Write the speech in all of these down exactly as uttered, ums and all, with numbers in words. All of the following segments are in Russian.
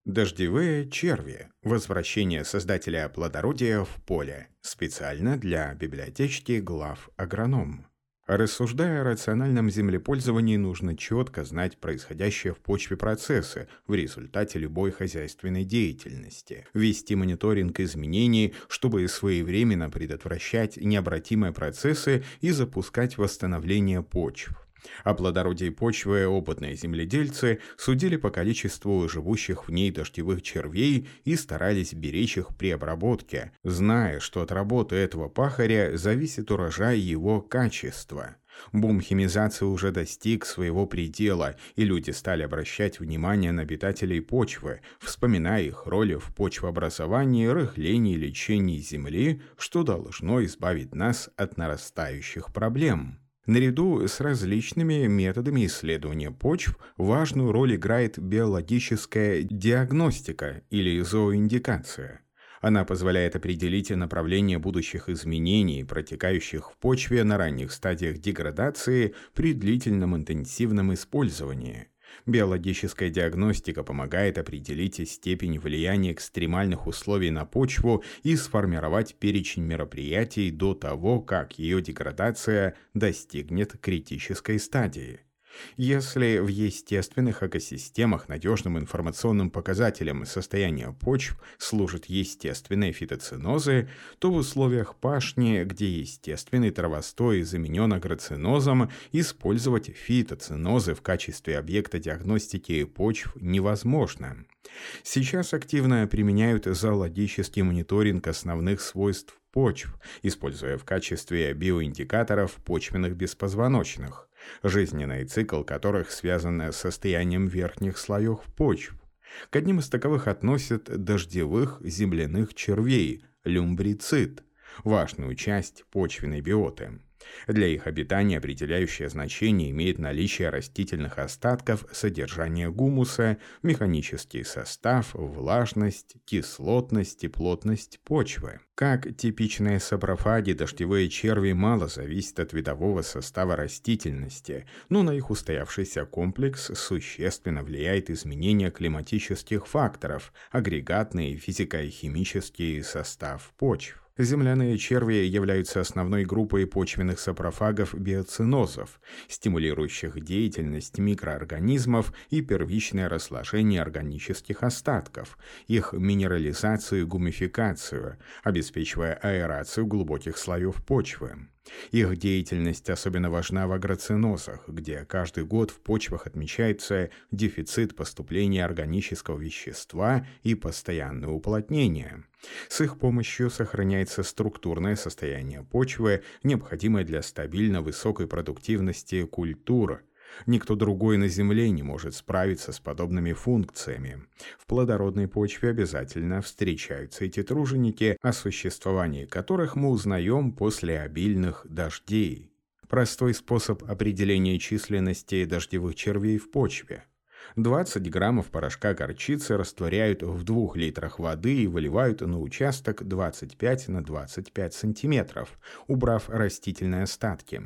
Дождевые черви. Возвращение создателя плодородия в поле. Специально для библиотечки глав агроном. Рассуждая о рациональном землепользовании, нужно четко знать происходящие в почве процессы в результате любой хозяйственной деятельности, вести мониторинг изменений, чтобы своевременно предотвращать необратимые процессы и запускать восстановление почв. О плодородии почвы опытные земледельцы судили по количеству живущих в ней дождевых червей и старались беречь их при обработке, зная, что от работы этого пахаря зависит урожай и его качество. Бум химизации уже достиг своего предела, и люди стали обращать внимание на обитателей почвы, вспоминая их роли в почвообразовании, рыхлении и лечении земли, что должно избавить нас от нарастающих проблем. Наряду с различными методами исследования почв важную роль играет биологическая диагностика или зооиндикация. Она позволяет определить направление будущих изменений, протекающих в почве на ранних стадиях деградации при длительном интенсивном использовании. Биологическая диагностика помогает определить степень влияния экстремальных условий на почву и сформировать перечень мероприятий до того, как ее деградация достигнет критической стадии. Если в естественных экосистемах надежным информационным показателем состояния почв служат естественные фитоценозы, то в условиях пашни, где естественный травостой заменен агроценозом, использовать фитоценозы в качестве объекта диагностики почв невозможно. Сейчас активно применяют зоологический мониторинг основных свойств почв, используя в качестве биоиндикаторов почвенных беспозвоночных, жизненный цикл которых связан с состоянием верхних слоев почв. К одним из таковых относят дождевых земляных червей, люмбрицид, важную часть почвенной биоты. Для их обитания определяющее значение имеет наличие растительных остатков, содержание гумуса, механический состав, влажность, кислотность и плотность почвы. Как типичные сапрофаги, дождевые черви мало зависят от видового состава растительности, но на их устоявшийся комплекс существенно влияет изменение климатических факторов, агрегатный, физико-химический состав почв. Земляные черви являются основной группой почвенных сапрофагов-биоценозов, стимулирующих деятельность микроорганизмов и первичное разложение органических остатков, их минерализацию и гумификацию, обеспечивая аэрацию глубоких слоев почвы. Их деятельность особенно важна в агроценозах, где каждый год в почвах отмечается дефицит поступления органического вещества и постоянное уплотнение. С их помощью сохраняется структурное состояние почвы, необходимое для стабильно высокой продуктивности культур. Никто другой на Земле не может справиться с подобными функциями. В плодородной почве обязательно встречаются эти труженики, о существовании которых мы узнаем после обильных дождей. Простой способ определения численности дождевых червей в почве. двадцать граммов порошка горчицы растворяют в двух литрах воды и выливают на участок двадцать пять на двадцать пять сантиметров, убрав растительные остатки.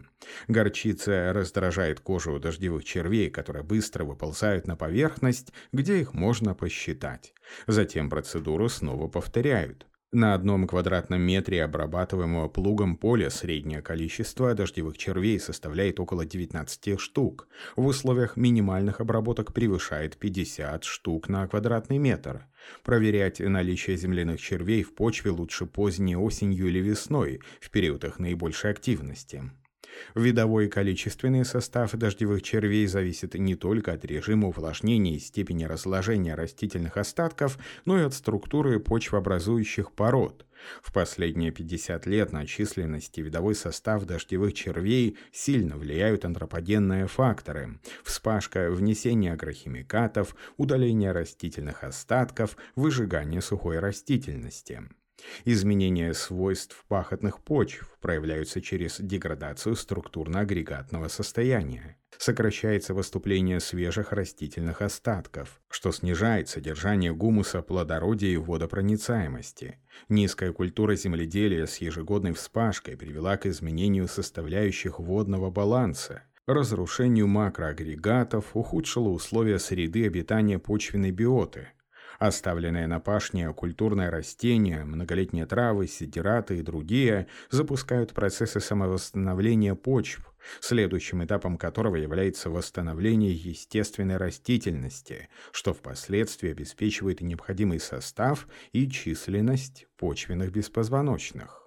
Горчица раздражает кожу дождевых червей, которые быстро выползают на поверхность, где их можно посчитать. Затем процедуру снова повторяют. На одном квадратном метре обрабатываемого плугом поля среднее количество дождевых червей составляет около девятнадцать штук. В условиях минимальных обработок превышает пятьдесят штук на квадратный метр. Проверять наличие земляных червей в почве лучше поздней осенью или весной, в период их наибольшей активности. Видовой и количественный состав дождевых червей зависит не только от режима увлажнения и степени разложения растительных остатков, но и от структуры почвообразующих пород. В последние пятьдесят лет на численность и видовой состав дождевых червей сильно влияют антропогенные факторы: вспашка, внесение агрохимикатов, удаление растительных остатков, выжигание сухой растительности. Изменения свойств пахотных почв проявляются через деградацию структурно-агрегатного состояния. Сокращается выступление свежих растительных остатков, что снижает содержание гумуса, плодородия и водопроницаемости. Низкая культура земледелия с ежегодной вспашкой привела к изменению составляющих водного баланса, разрушению макроагрегатов, ухудшила условия среды обитания почвенной биоты. Оставленные на пашне культурные растения, многолетние травы, сидираты и другие запускают процессы самовосстановления почв, следующим этапом которого является восстановление естественной растительности, что впоследствии обеспечивает необходимый состав и численность почвенных беспозвоночных.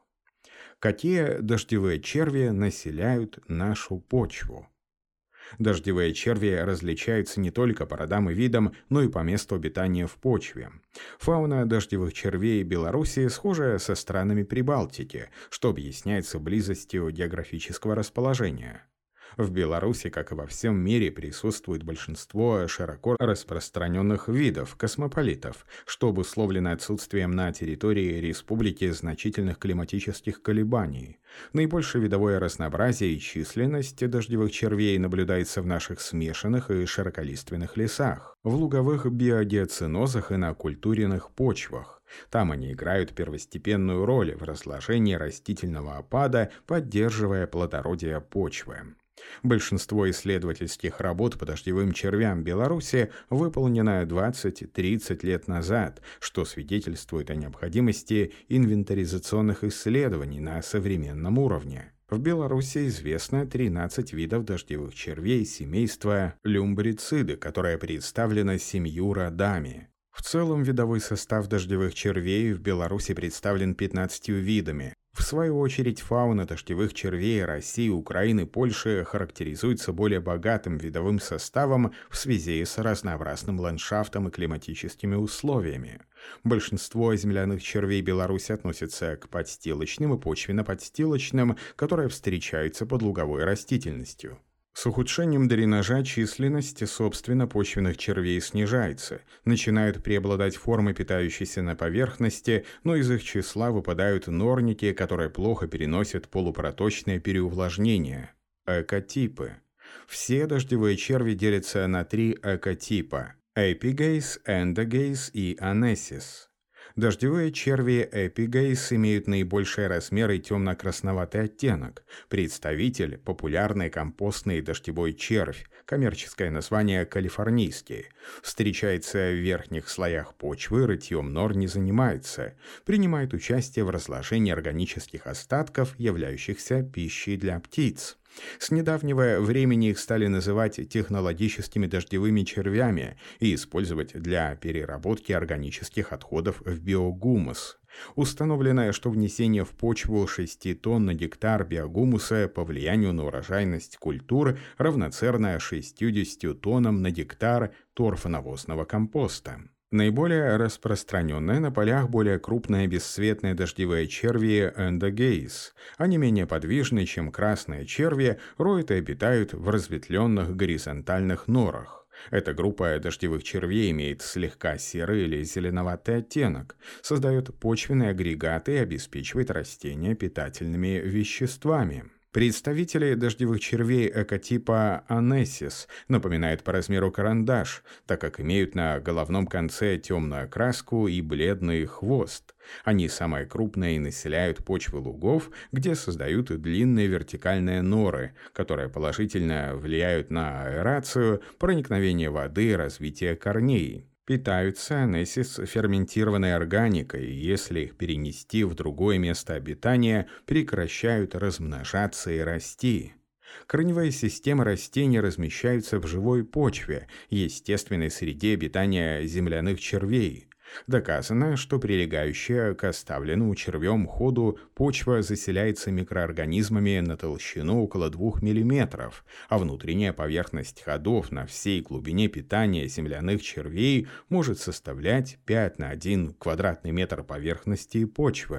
Какие дождевые черви населяют нашу почву? Дождевые черви различаются не только по родам и видам, но и по месту обитания в почве. Фауна дождевых червей Беларуси схожа со странами Прибалтики, что объясняется близостью географического расположения. В Беларуси, как и во всем мире, присутствует большинство широко распространенных видов космополитов, что обусловлено отсутствием на территории республики значительных климатических колебаний. Наибольшее видовое разнообразие и численность дождевых червей наблюдается в наших смешанных и широколиственных лесах, в луговых биогеоцинозах и на культуренных почвах. Там они играют первостепенную роль в разложении растительного опада, поддерживая плодородие почвы. Большинство исследовательских работ по дождевым червям Беларуси выполнено двадцать-тридцать лет назад, что свидетельствует о необходимости инвентаризационных исследований на современном уровне. В Беларуси известно тринадцать видов дождевых червей семейства люмбрициды, которое представлено семью родами. В целом видовой состав дождевых червей в Беларуси представлен пятнадцатью видами. В свою очередь, фауна дождевых червей России, Украины, Польши характеризуется более богатым видовым составом в связи с разнообразным ландшафтом и климатическими условиями. Большинство земляных червей Беларуси относятся к подстилочным и почвенно-подстилочным, которые встречаются под луговой растительностью. С ухудшением дренажа численность, собственно, почвенных червей снижается, начинают преобладать формы, питающиеся на поверхности, но из их числа выпадают норники, которые плохо переносят полупроточное переувлажнение – экотипы. Все дождевые черви делятся на три экотипа – эпигейс, эндогейс и анесис. Дождевые черви эпигейс имеют наибольшие размеры и темно-красноватый оттенок. Представитель – популярный компостный дождевой червь, коммерческое название калифорнийский. Встречается в верхних слоях почвы, рытьем нор не занимается. Принимает участие в разложении органических остатков, являющихся пищей для птиц. С недавнего времени их стали называть технологическими дождевыми червями и использовать для переработки органических отходов в биогумус. Установлено, что внесение в почву шести тонн на гектар биогумуса по влиянию на урожайность культур равноценно шестидесяти тоннам на гектар торфонавозного компоста. Наиболее распространенные на полях более крупные бесцветные дождевые черви эндогейс. Они менее подвижны, чем красные черви, роют и обитают в разветвленных горизонтальных норах. Эта группа дождевых червей имеет слегка серый или зеленоватый оттенок, создает почвенные агрегаты и обеспечивает растения питательными веществами. Представители дождевых червей экотипа анесис напоминают по размеру карандаш, так как имеют на головном конце темную окраску и бледный хвост. Они самые крупные и населяют почвы лугов, где создают длинные вертикальные норы, которые положительно влияют на аэрацию, проникновение воды и развитие корней. Питаются анесис ферментированной органикой, и если их перенести в другое место обитания, прекращают размножаться и расти. Корневые системы растений размещаются в живой почве, естественной среде обитания земляных червей. Доказано, что прилегающая к оставленному червем ходу почва заселяется микроорганизмами на толщину около двух миллиметров, а внутренняя поверхность ходов на всей глубине питания земляных червей может составлять пять на один квадратный метр поверхности почвы.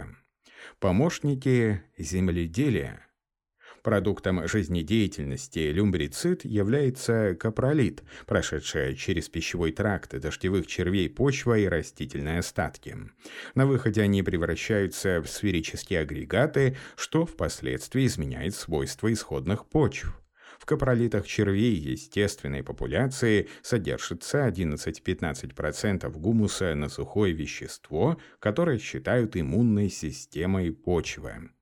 Помощники земледелия. Продуктом жизнедеятельности люмбрицид является капролит, прошедшая через пищевой тракт дождевых червей почва и растительные остатки. На выходе они превращаются в сферические агрегаты, что впоследствии изменяет свойства исходных почв. В капролитах червей естественной популяции содержится одиннадцать-пятнадцать процентов гумуса на сухое вещество, которое считают иммунной системой почвы. В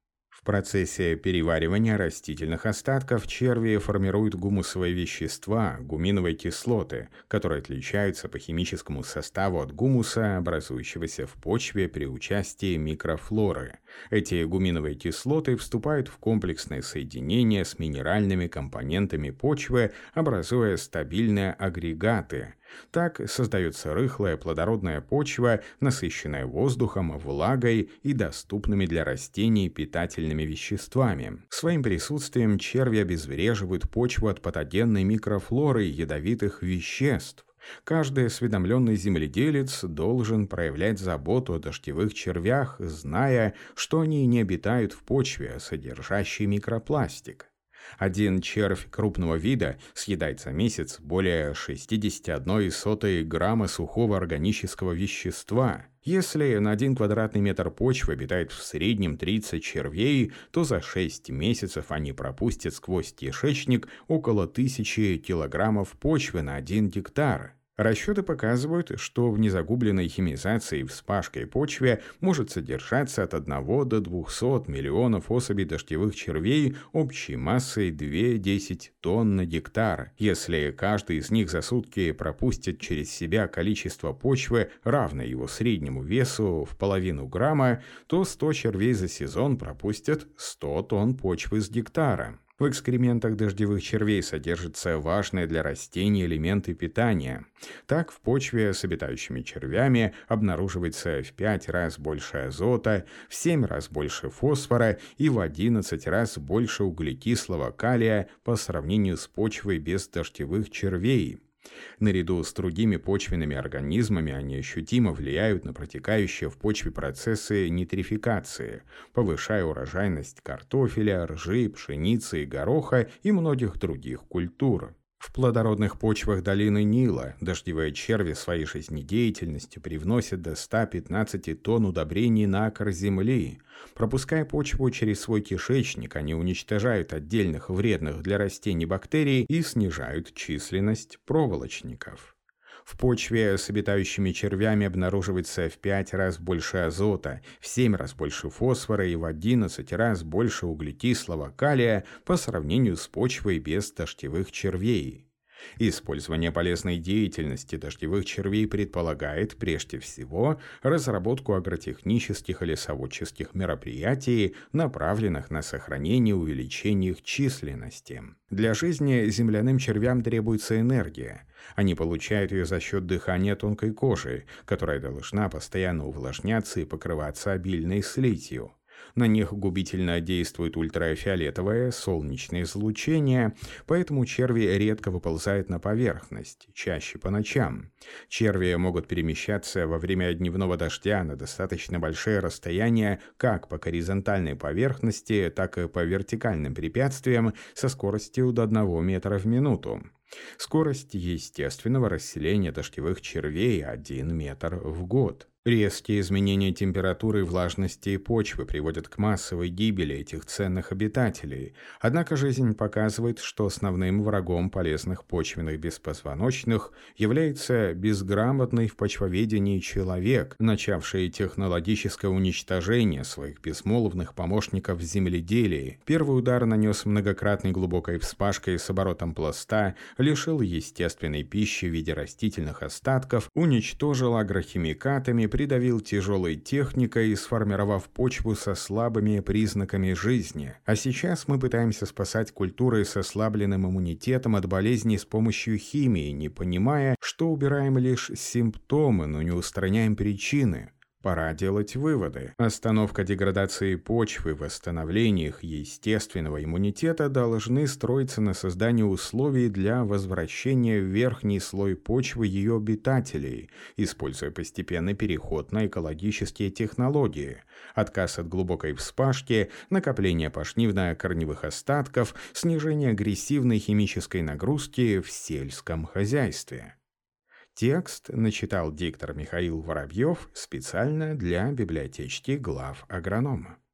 процессе переваривания растительных остатков черви формируют гумусовые вещества, гуминовые кислоты, которые отличаются по химическому составу от гумуса, образующегося в почве при участии микрофлоры. Эти гуминовые кислоты вступают в комплексное соединение с минеральными компонентами почвы, образуя стабильные агрегаты. Так создается рыхлая плодородная почва, насыщенная воздухом, влагой и доступными для растений питательными веществами. Своим присутствием черви обезвреживают почву от патогенной микрофлоры ядовитых веществ. Каждый осведомленный земледелец должен проявлять заботу о дождевых червях, зная, что они не обитают в почве, содержащей микропластик. Один червь крупного вида съедает за месяц более шестьдесят одна сотая грамма сухого органического вещества. Если на один квадратный метр почвы обитает в среднем тридцать червей, то за шесть месяцев они пропустят сквозь кишечник около тысячи килограммов почвы на один гектар. Расчеты показывают, что в незагубленной химизацией вспашкой почве может содержаться от одного до двухсот миллионов особей дождевых червей общей массой две-десять тонн на гектар. Если каждый из них за сутки пропустит через себя количество почвы, равное его среднему весу в половину грамма, то сто червей за сезон пропустят сто тонн почвы с гектара. В экскрементах дождевых червей содержатся важные для растений элементы питания. Так, в почве с обитающими червями обнаруживается в пять раз больше азота, в семь раз больше фосфора и в одиннадцать раз больше углекислого калия по сравнению с почвой без дождевых червей. Наряду с другими почвенными организмами они ощутимо влияют на протекающие в почве процессы нитрификации, повышая урожайность картофеля, ржи, пшеницы, гороха и многих других культур. В плодородных почвах долины Нила дождевые черви своей жизнедеятельностью привносят до ста пятнадцати тонн удобрений на акр земли. Пропуская почву через свой кишечник, они уничтожают отдельных вредных для растений бактерий и снижают численность проволочников. В почве с обитающими червями обнаруживается в пять раз больше азота, в семь раз больше фосфора и в одиннадцать раз больше углекислого калия по сравнению с почвой без дождевых червей. Использование полезной деятельности дождевых червей предполагает, прежде всего, разработку агротехнических и лесоводческих мероприятий, направленных на сохранение и увеличение их численности. Для жизни земляным червям требуется энергия. Они получают ее за счет дыхания тонкой кожи, которая должна постоянно увлажняться и покрываться обильной слизью. На них губительно действует ультрафиолетовое солнечное излучение, поэтому черви редко выползают на поверхность, чаще по ночам. Черви могут перемещаться во время дневного дождя на достаточно большие расстояния как по горизонтальной поверхности, так и по вертикальным препятствиям со скоростью до одного метра в минуту. Скорость естественного расселения дождевых червей – один метр в год. Резкие изменения температуры и влажности почвы приводят к массовой гибели этих ценных обитателей. Однако жизнь показывает, что основным врагом полезных почвенных беспозвоночных является безграмотный в почвоведении человек, начавший технологическое уничтожение своих безмолвных помощников в земледелии. Первый удар нанес многократной глубокой вспашкой с оборотом пласта, лишил естественной пищи в виде растительных остатков, уничтожил агрохимикатами, придавил тяжелой техникой, сформировав почву со слабыми признаками жизни. А сейчас мы пытаемся спасать культуры с ослабленным иммунитетом от болезней с помощью химии, не понимая, что убираем лишь симптомы, но не устраняем причины. Пора делать выводы. Остановка деградации почвы, восстановление их естественного иммунитета должны строиться на создании условий для возвращения в верхний слой почвы ее обитателей, используя постепенный переход на экологические технологии, отказ от глубокой вспашки, накопление пашнивно-корневых остатков, снижение агрессивной химической нагрузки в сельском хозяйстве. Текст начитал диктор Михаил Воробьев специально для библиотечки глав агронома.